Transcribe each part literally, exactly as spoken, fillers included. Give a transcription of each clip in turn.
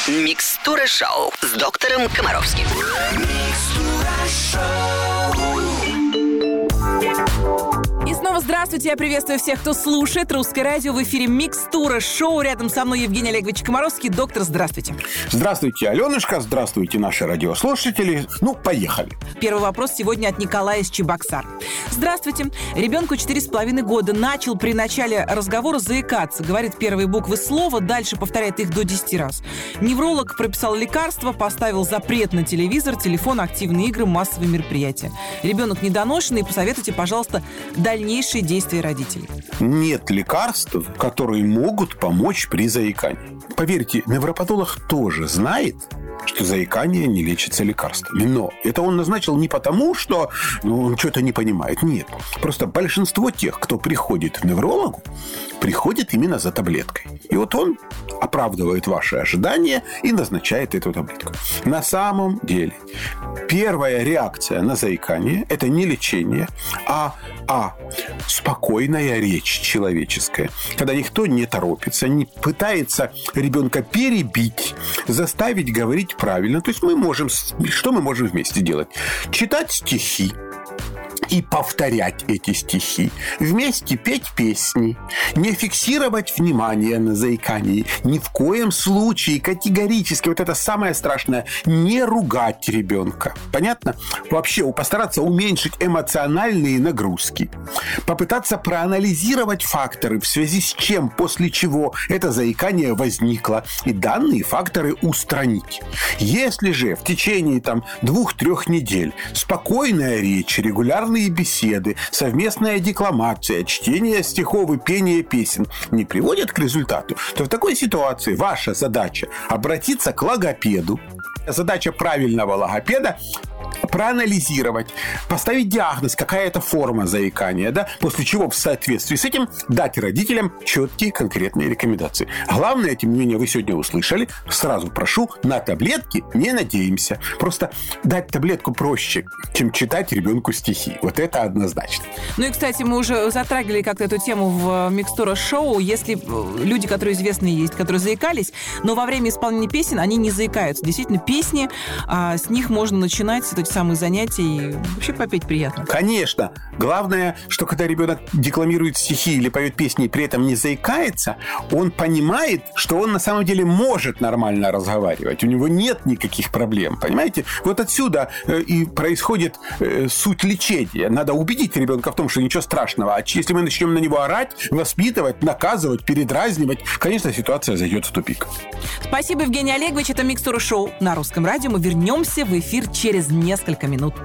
Микстура шоу с доктором Комаровским. И снова здравствуйте, я приветствую всех, кто слушает Русское радио. В эфире Микстура шоу. Рядом со мной Евгений Олегович Комаровский. Доктор, здравствуйте. Здравствуйте, Аленушка. Здравствуйте, наши радиослушатели. Ну, поехали. Первый вопрос сегодня от Николая из Чебоксар. Здравствуйте. Ребенку четыре с половиной года. Начал при начале разговора заикаться. Говорит первые буквы слова, дальше повторяет их до десяти раз. Невролог прописал лекарства, поставил запрет на телевизор, телефон, активные игры, массовые мероприятия. Ребенок недоношенный. Посоветуйте, пожалуйста, дальнейшие действия родителей. Нет лекарств, которые могут помочь при заикании. Поверьте, невропатолог тоже знает, что заикание не лечится лекарствами. Но это он назначил не потому, что ну, он что-то не понимает. Нет. Просто большинство тех, кто приходит к неврологу, приходит именно за таблеткой. И вот он оправдывает ваши ожидания и назначает эту таблетку. На самом деле, первая реакция на заикание – это не лечение, а, а спокойная речь человеческая. Когда никто не торопится, не пытается ребенка перебить, заставить говорить правильно. То есть мы можем... Что мы можем вместе делать? Читать стихи и повторять эти стихи. Вместе петь песни. Не фиксировать внимание на заикании. Ни в коем случае категорически, вот это самое страшное, не ругать ребенка. Понятно? Вообще постараться уменьшить эмоциональные нагрузки. Попытаться проанализировать факторы, в связи с чем, после чего это заикание возникло. И данные факторы устранить. Если же в течение там, двух-трех недель спокойная речь, регулярные беседы, совместная декламация, чтение стихов и пение песен не приводят к результату, то в такой ситуации ваша задача обратиться к логопеду. Задача правильного логопеда – проанализировать, поставить диагноз, какая это форма заикания, да, после чего в соответствии с этим дать родителям четкие конкретные рекомендации. Главное, тем не менее, вы сегодня услышали, сразу прошу, на таблетки не надеемся. Просто дать таблетку проще, чем читать ребенку стихи. Вот это однозначно. Ну и, кстати, мы уже затрагивали как-то эту тему в Микстура шоу. Если люди, которые известные есть, которые заикались, но во время исполнения песен они не заикаются. Действительно, песни, а, с них можно начинать эти самые занятия и вообще попеть приятно. Конечно. Главное, что когда ребенок декламирует стихи или поет песни и при этом не заикается, он понимает, что он на самом деле может нормально разговаривать. У него нет никаких проблем. Понимаете? Вот отсюда и происходит суть лечения. Надо убедить ребенка в том, что ничего страшного. А если мы начнем на него орать, воспитывать, наказывать, передразнивать, конечно, ситуация зайдет в тупик. Спасибо, Евгений Олегович. Это Микстура шоу на Русском радио. Мы вернемся в эфир через несколько минут.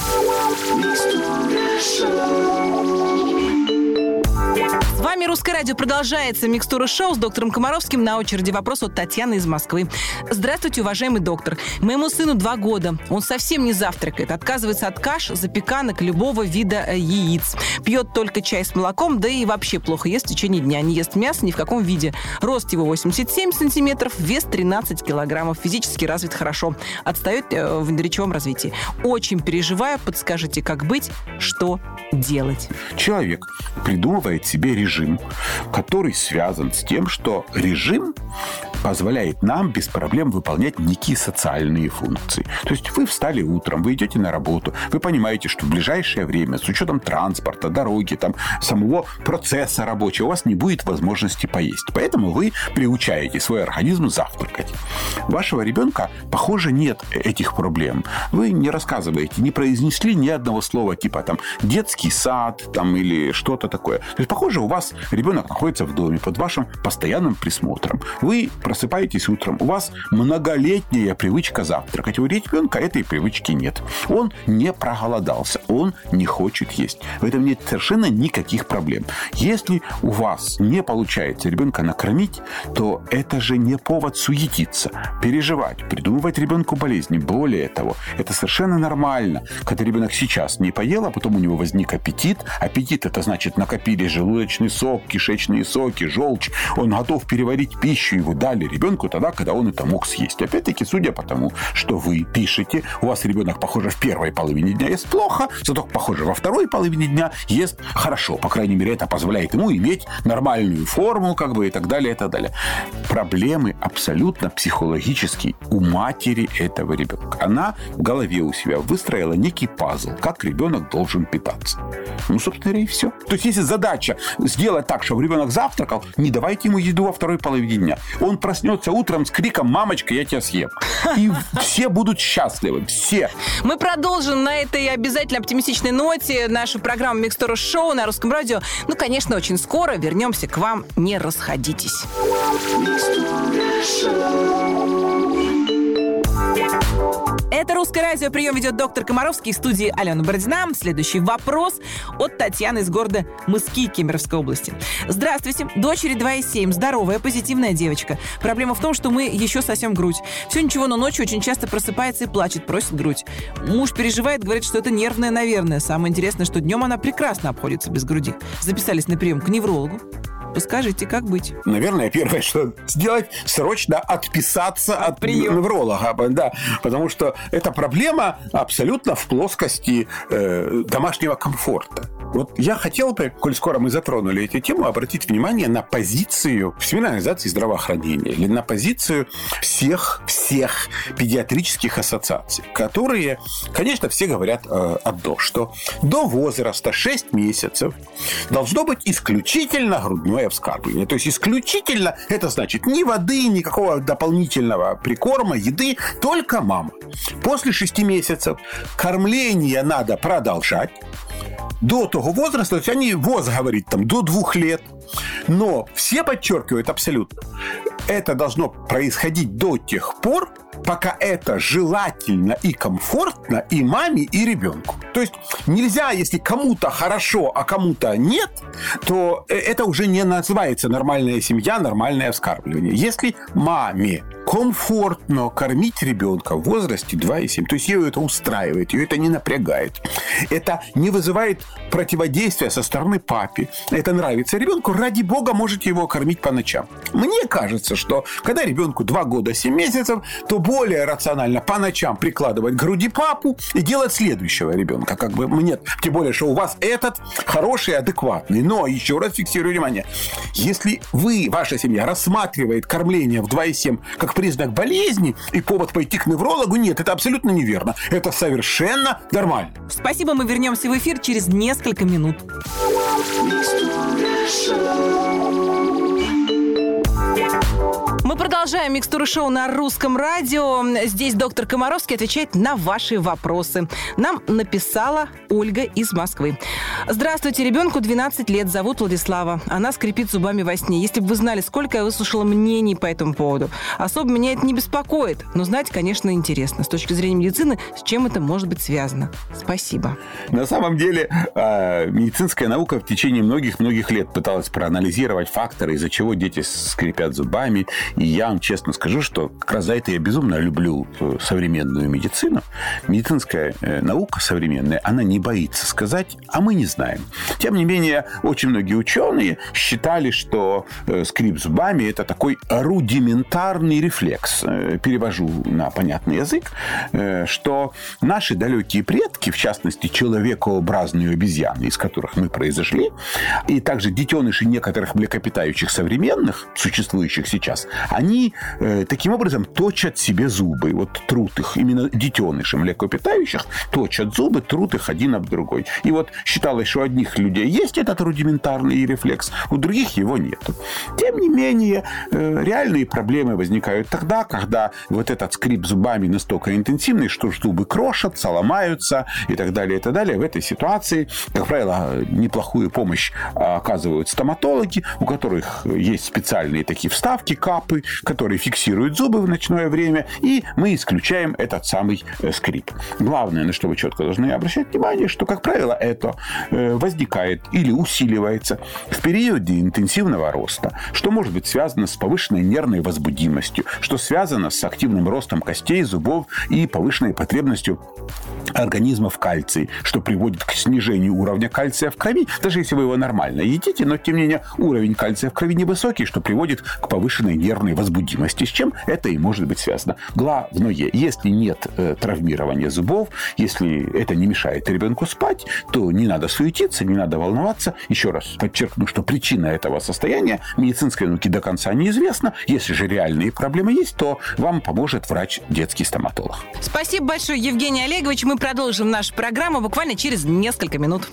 С вами Русское радио. Продолжается Микстура шоу с доктором Комаровским. На очереди вопрос от Татьяны из Москвы. Здравствуйте, уважаемый доктор. Моему сыну два года. Он совсем не завтракает. Отказывается от каш, запеканок, любого вида яиц. Пьет только чай с молоком, да и вообще плохо ест в течение дня. Не ест мясо ни в каком виде. Рост его восемьдесят семь сантиметров, вес тринадцать килограммов. Физически развит хорошо. Отстает в речевом развитии. Очень переживаю. Подскажите, как быть, что делать? Человек придумывает себе режим, который связан с тем, что режим позволяет нам без проблем выполнять некие социальные функции. То есть вы встали утром, вы идете на работу, вы понимаете, что в ближайшее время с учетом транспорта, дороги, там, самого процесса рабочего у вас не будет возможности поесть. Поэтому вы приучаете свой организм завтракать. У вашего ребенка, похоже, нет этих проблем. Вы не рассказываете, не произнесли ни одного слова типа там детский сад там, или что-то такое. То есть, похоже, у вас ребенок находится в доме под вашим постоянным присмотром. Вы просыпаетесь утром, у вас многолетняя привычка завтракать. У ребенка этой привычки нет. Он не проголодался, он не хочет есть. В этом нет совершенно никаких проблем. Если у вас не получается ребенка накормить, то это же не повод суетиться, переживать, придумывать ребенку болезни. Более того, это совершенно нормально, когда ребенок сейчас не поел, а потом у него возник аппетит. Аппетит – это значит накопили желудочный сок, кишечные соки, желчь. Он готов переварить пищу, его дали ребенку тогда, когда он это мог съесть. Опять-таки, судя по тому, что вы пишете, у вас ребенок, похоже, в первой половине дня ест плохо, зато, похоже, во второй половине дня ест хорошо. По крайней мере, это позволяет ему иметь нормальную форму, как бы, и так далее, и так далее. Проблемы абсолютно психологические психологически у матери этого ребенка. Она в голове у себя выстроила некий пазл, как ребенок должен питаться. Ну, собственно говоря, и все. То есть, если задача сделать так, чтобы ребенок завтракал, не давайте ему еду во второй половине дня. Он проснется утром с криком: «Мамочка, я тебя съем». И все будут счастливы. Все. Мы продолжим на этой обязательно оптимистичной ноте нашу программу «Микстура шоу» на Русском радио. Ну, конечно, очень скоро вернемся к вам. Не расходитесь. Это «Русское радио». Прием ведет доктор Комаровский. В студии Алена Бородина. Следующий вопрос от Татьяны из города Мыски Кемеровской области. Здравствуйте. Дочери два и семь. Здоровая, позитивная девочка. Проблема в том, что мы еще сосем грудь. Все ничего, но ночью очень часто просыпается и плачет, просит грудь. Муж переживает, говорит, что это нервное, наверное. Самое интересное, что днем она прекрасно обходится без груди. Записались на прием к неврологу. Скажите, как быть? Наверное, первое, что сделать, срочно отписаться от, от невролога. Да, потому что эта проблема абсолютно в плоскости э, домашнего комфорта. Вот я хотел бы, коль скоро мы затронули эту тему, обратить внимание на позицию Всемирной организации здравоохранения или на позицию всех, всех педиатрических ассоциаций, которые, конечно, все говорят э, одно, что до возраста шесть месяцев должно быть исключительно грудное вскармливание. То есть исключительно, это значит ни воды, никакого дополнительного прикорма, еды, только мама. После шести месяцев кормление надо продолжать до того возраста, то есть они, ВОЗ говорит, там, до двух лет. Но все подчеркивают абсолютно, это должно происходить до тех пор, пока это желательно и комфортно и маме, и ребенку. То есть нельзя, если кому-то хорошо, а кому-то нет, то это уже не называется нормальная семья, нормальное вскармливание. Если маме комфортно кормить ребенка в возрасте два и семь, то есть ее это устраивает, ее это не напрягает, это не вызывает противодействия со стороны папы, это нравится ребенку, ради бога, можете его кормить по ночам. Мне кажется, что когда ребенку два года семь месяцев, то более рационально по ночам прикладывать к груди папу и делать следующего ребенка. Как бы нет. Тем более, что у вас этот хороший, адекватный. Но, еще раз фиксирую внимание, если вы, ваша семья, рассматривает кормление в два и семь как признак болезни и повод пойти к неврологу, нет, это абсолютно неверно. Это совершенно нормально. Спасибо, мы вернемся в эфир через несколько минут. Мы продолжаем «Микстуру шоу» на Русском радио. Здесь доктор Комаровский отвечает на ваши вопросы. Нам написала Ольга из Москвы. Здравствуйте, ребенку двенадцать лет, зовут Владислава. Она скрипит зубами во сне. Если бы вы знали, сколько я выслушала мнений по этому поводу. Особо меня это не беспокоит, но знать, конечно, интересно. С точки зрения медицины, с чем это может быть связано? Спасибо. На самом деле, медицинская наука в течение многих-многих лет пыталась проанализировать факторы, из-за чего дети скрипят зубами. И я вам честно скажу, что как раз за это я безумно люблю современную медицину. Медицинская наука современная, она не боится сказать, а мы не знаем. Тем не менее, очень многие ученые считали, что скрип зубами – это такой рудиментарный рефлекс. Перевожу на понятный язык, что наши далекие предки, в частности, человекообразные обезьяны, из которых мы произошли, и также детеныши некоторых млекопитающих современных, существующих сейчас, они э, таким образом точат себе зубы. Вот трут их, именно детеныши млекопитающих точат зубы, трут их один об другой. И вот считалось, что у одних людей есть этот рудиментарный рефлекс, у других его нет. Тем не менее, э, реальные проблемы возникают тогда, когда вот этот скрип зубами настолько интенсивный, что зубы крошатся, ломаются и так далее, и так далее. В этой ситуации, как правило, неплохую помощь оказывают стоматологи, у которых есть специальные такие вставки, капы, которые фиксируют зубы в ночное время, и мы исключаем этот самый скрип. Главное, на что вы четко должны обращать внимание, что, как правило, это возникает или усиливается в периоде интенсивного роста, что может быть связано с повышенной нервной возбудимостью, что связано с активным ростом костей, зубов и повышенной потребностью организма в кальции, что приводит к снижению уровня кальция в крови, даже если вы его нормально едите, но, тем не менее, уровень кальция в крови невысокий, что приводит к повышенной нервной повышенной возбудимости, с чем это и может быть связано. Главное, если нет э, травмирования зубов, если это не мешает ребенку спать, то не надо суетиться, не надо волноваться. Еще раз подчеркну, что причина этого состояния медицинской науки до конца неизвестна. Если же реальные проблемы есть, то вам поможет врач-детский стоматолог. Спасибо большое, Евгений Олегович. Мы продолжим нашу программу буквально через несколько минут.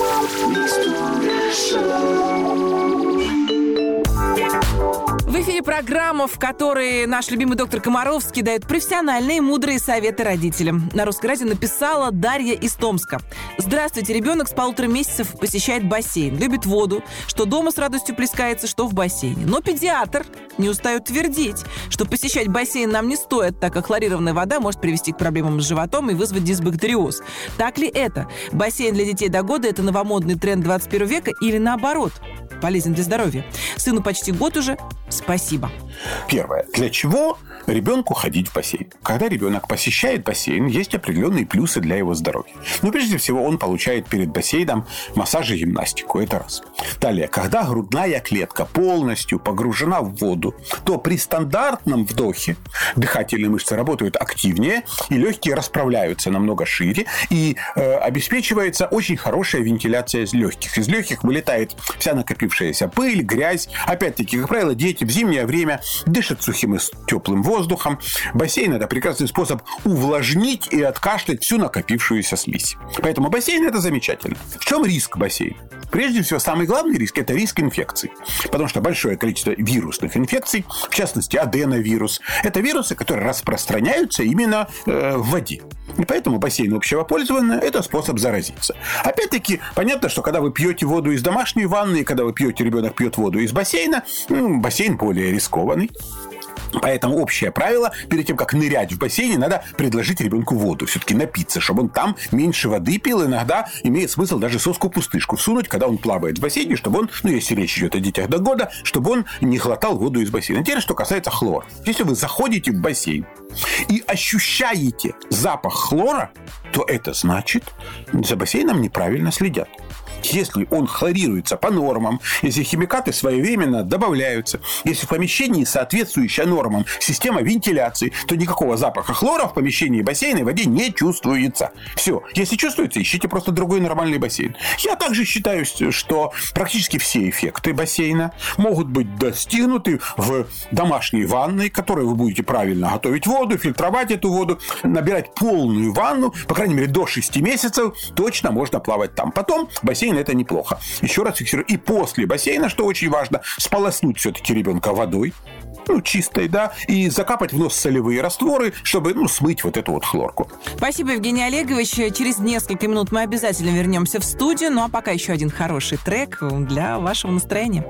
В эфире программа, в которой наш любимый доктор Комаровский дает профессиональные и мудрые советы родителям. На Русском радио написала Дарья из Томска. Здравствуйте, ребенок с полутора месяцев посещает бассейн, любит воду, что дома с радостью плескается, что в бассейне. Но педиатр не устает твердить, что посещать бассейн нам не стоит, так как хлорированная вода может привести к проблемам с животом и вызвать дисбактериоз. Так ли это? Бассейн для детей до года – это новомодный тренд двадцать первого века или наоборот? Полезен для здоровья. Сыну почти год уже. Спасибо. Первое. Для чего ребенку ходить в бассейн? Когда ребенок посещает бассейн, есть определенные плюсы для его здоровья. Ну, прежде всего, он получает перед бассейном массаж и гимнастику. Это раз. Далее. Когда грудная клетка полностью погружена в воду, то при стандартном вдохе дыхательные мышцы работают активнее, и легкие расправляются намного шире, и э, обеспечивается очень хорошая вентиляция из легких. Из легких вылетает вся накопившаяся пыль, грязь. Опять-таки, как правило, дети в зимнее время дышат сухим и теплым воздухом. Бассейн – это прекрасный способ увлажнить и откашлять всю накопившуюся слизь. Поэтому бассейн – это замечательно. В чем риск бассейна? Прежде всего, самый главный риск – это риск инфекций. Потому что большое количество вирусных инфекций, в частности, аденовирус, это вирусы, которые распространяются именно э, в воде. И поэтому бассейн общего пользования – это способ заразиться. Опять-таки, понятно, что когда вы пьете воду из домашней ванны, и когда вы пьете, ребенок пьет воду из бассейна, ну, бассейн более рискованный. Поэтому общее правило, перед тем, как нырять в бассейне, надо предложить ребенку воду, все-таки напиться, чтобы он там меньше воды пил. Иногда имеет смысл даже соску-пустышку всунуть, когда он плавает в бассейне, чтобы он, ну, если речь идет о детях до года, чтобы он не глотал воду из бассейна. Теперь, что касается хлора. Если вы заходите в бассейн и ощущаете запах хлора, то это значит, за бассейном неправильно следят. Если он хлорируется по нормам, если химикаты своевременно добавляются, если в помещении соответствующая нормам система вентиляции, то никакого запаха хлора в помещении бассейна и воде не чувствуется. Все. Если чувствуется, ищите просто другой нормальный бассейн. Я также считаю, что практически все эффекты бассейна могут быть достигнуты в домашней ванной, в которой вы будете правильно готовить воду, фильтровать эту воду, набирать полную ванну, по крайней мере, до шести месяцев точно можно плавать там. Потом бассейн это неплохо. Еще раз фиксирую. И после бассейна, что очень важно, сполоснуть все-таки ребенка водой, ну, чистой, да, и закапать в нос солевые растворы, чтобы, ну, смыть вот эту вот хлорку. Спасибо, Евгений Олегович. Через несколько минут мы обязательно вернемся в студию. Ну, а пока еще один хороший трек для вашего настроения.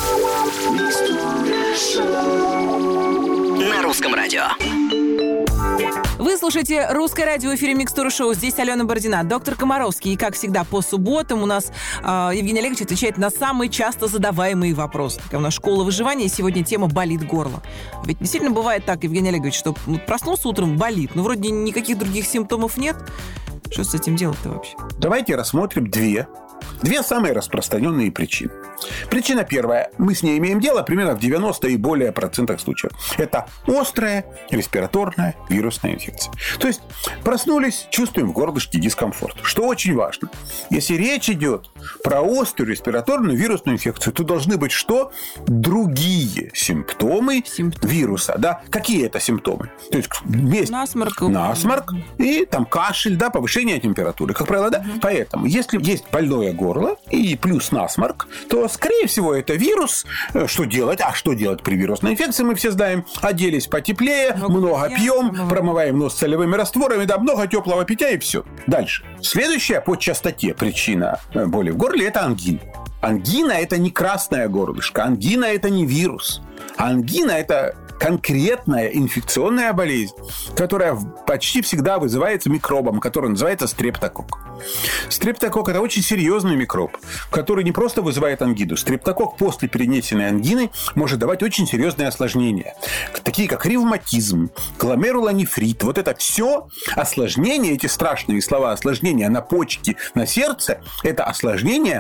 На Русском радио. Вы слушаете «Русское радио» в эфире «Микстура шоу». Здесь Алена Бородина, доктор Комаровский. И, как всегда, по субботам у нас э, Евгений Олегович отвечает на самые часто задаваемые вопросы. Такая у нас школа выживания, и сегодня тема «Болит горло». Ведь действительно бывает так, Евгений Олегович, что проснулся утром, болит, но вроде никаких других симптомов нет. Что с этим делать-то вообще? Давайте рассмотрим две. Две самые распространенные причины. Причина первая. Мы с ней имеем дело примерно в девяноста и более процентах случаев. Это острая респираторная вирусная инфекция. То есть проснулись, чувствуем в горлышке дискомфорт. Что очень важно. Если речь идет про острую респираторную вирусную инфекцию, то должны быть что? Другие симптомы, симптомы. вируса. Да? Какие это симптомы? То есть есть насморк, насморк и там кашель, да, повышение температуры. Как правило, да? Угу. Поэтому, если есть больное горло и плюс насморк, то, скорее всего, это вирус. Что делать? А что делать при вирусной инфекции, мы все знаем. Оделись потеплее, много, много пьем, много. Промываем нос солевыми растворами, да, много теплого питья и все. Дальше. Следующая по частоте причина боли в горле – это ангина. Ангина – это не красное горлышко. Ангина – это не вирус. Ангина – это конкретная инфекционная болезнь, которая почти всегда вызывается микробом, который называется стрептококк. Стрептококк – это очень серьезный микроб, который не просто вызывает ангину. Стрептококк после перенесенной ангины может давать очень серьезные осложнения, такие как ревматизм, гломерулонефрит. Вот это все осложнения, эти страшные слова осложнения на почки, на сердце – это осложнения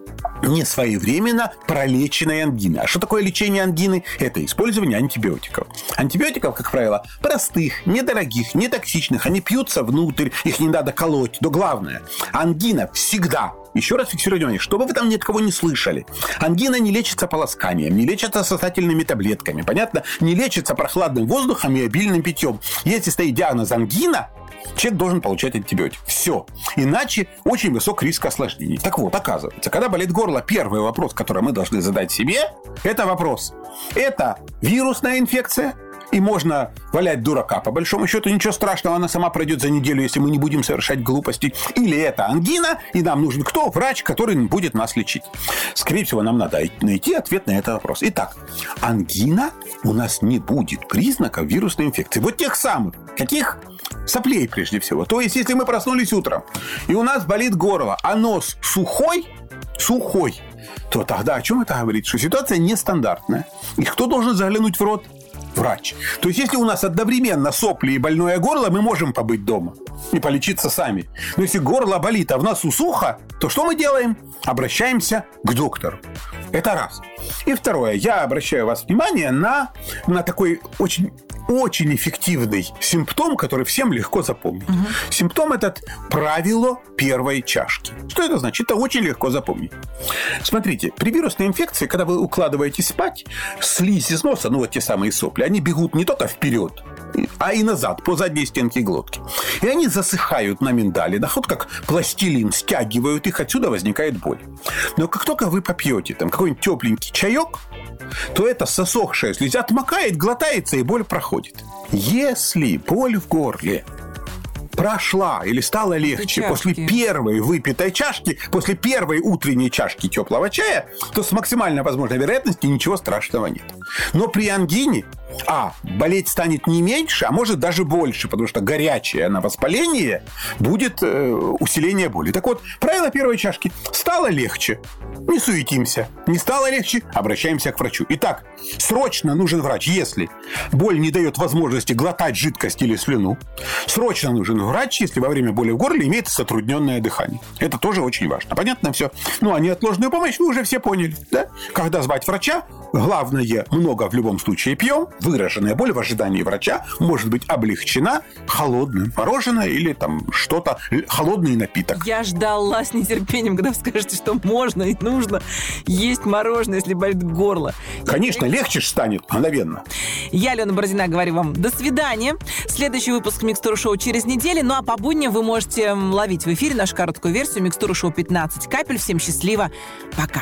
не своевременно пролеченной ангины. А что такое лечение ангины? Это использование антибиотиков. Антибиотиков, как правило, простых, недорогих, нетоксичных. Они пьются внутрь, их не надо колоть. Но главное, ангина всегда, еще раз фиксирую внимание, чтобы вы там ни от кого не слышали, ангина не лечится полосканием, не лечится сосательными таблетками, понятно? Не лечится прохладным воздухом и обильным питьем. Если стоит диагноз ангина, человек должен получать антибиотик. Все. Иначе очень высок риск осложнений. Так вот, оказывается, когда болит горло, первый вопрос, который мы должны задать себе, это вопрос. Это вирусная инфекция? И можно валять дурака. По большому счету ничего страшного, она сама пройдет за неделю, если мы не будем совершать глупостей. Или это ангина, и нам нужен кто? Врач, который будет нас лечить. Скорее всего, нам надо найти ответ на этот вопрос. Итак, ангина у нас не будет признаков вирусной инфекции. Вот тех самых. Каких? Соплей, прежде всего. То есть, если мы проснулись утром, и у нас болит горло, а нос сухой, сухой, то тогда о чем это говорит? Что ситуация нестандартная. И кто должен заглянуть в рот? Врач. То есть, если у нас одновременно сопли и больное горло, мы можем побыть дома и полечиться сами. Но если горло болит, а в носу сухо, то что мы делаем? Обращаемся к доктору. Это раз. И второе. Я обращаю вас внимание на, на такой очень, очень эффективный симптом, который всем легко запомнить. Угу. Симптом этот – правило первой чашки. Что это значит? Это очень легко запомнить. Смотрите, при вирусной инфекции, когда вы укладываетесь спать, слизь из носа, ну вот те самые сопли, они бегут не только вперед, а и назад, по задней стенке глотки. И они засыхают на миндалинах, вот как пластилин, стягивают их, отсюда возникает боль. Но как только вы попьете там какой-нибудь тепленький чаек, то эта сосохшая слизь отмокает, глотается, и боль проходит. Если боль в горле прошла или стало легче после первой выпитой чашки, после первой утренней чашки теплого чая, то с максимальной возможной вероятностью ничего страшного нет. Но при ангине, а, болеть станет не меньше, а может даже больше, потому что горячее на воспаление будет э, усиление боли. Так вот, правило первой чашки. Стало легче, не суетимся. Не стало легче, обращаемся к врачу. Итак, срочно нужен врач, если боль не дает возможности глотать жидкость или слюну. Срочно нужен врач, если во время боли в горле имеется затрудненное дыхание. Это тоже очень важно. Понятно все? Ну, а неотложную помощь вы уже все поняли, да? Когда звать врача, главное, много в любом случае пьем. Выраженная боль в ожидании врача может быть облегчена холодным мороженое или там что-то, холодный напиток. Я ждала с нетерпением, когда вы скажете, что можно и нужно есть мороженое, если болит горло. Конечно, легче станет мгновенно. Я, Алена Бородина, говорю вам до свидания. Следующий выпуск «Микстуры шоу» через неделю. Ну а по будням вы можете ловить в эфире нашу короткую версию «Микстуры шоу» пятнадцать капель. Всем счастливо. Пока.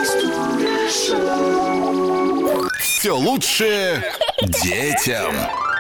Все лучше детям.